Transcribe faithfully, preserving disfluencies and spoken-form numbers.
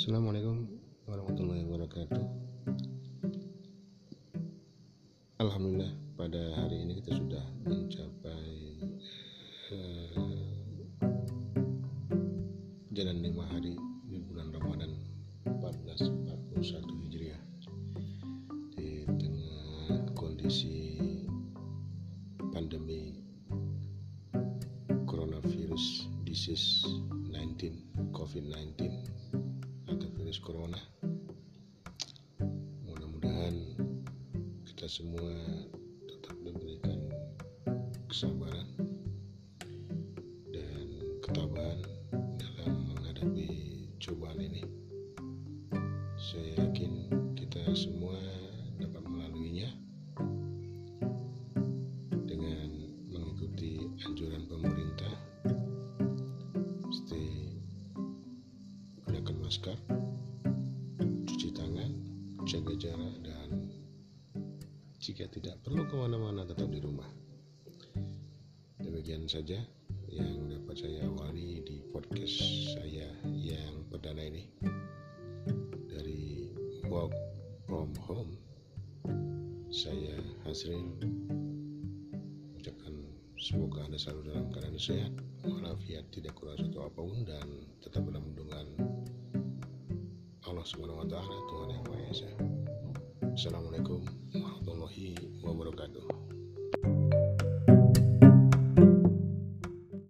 Assalamualaikum warahmatullahi wabarakatuh. Alhamdulillah, pada hari ini kita sudah mencapai uh, jalan lima hari di bulan Ramadan seribu empat ratus empat puluh satu Hijriah, di tengah kondisi pandemi coronavirus disease sembilan belas covid sembilan belas atau virus corona. Mudah-mudahan kita semua tetap diberikan kesabaran dan ketabahan dalam menghadapi cobaan ini. Saya yakin kita semua dapat melaluinya dengan mengikuti anjuran pemerintah, stay gunakan masker, cuci tangan, jaga jarak, dan jika tidak perlu kemana-mana tetap di rumah. Demikian saja yang dapat saya awali di podcast saya yang perdana ini dari Work From Home. Saya Hasrin ucapkan semoga Anda selalu dalam keadaan sehat walafiat, tidak kurang satu apapun, dan tetap dalam lindungan Allah Subhanahu wa taala, Tuhan yang Maha Esa. Assalamualaikum warahmatullahi wabarakatuh.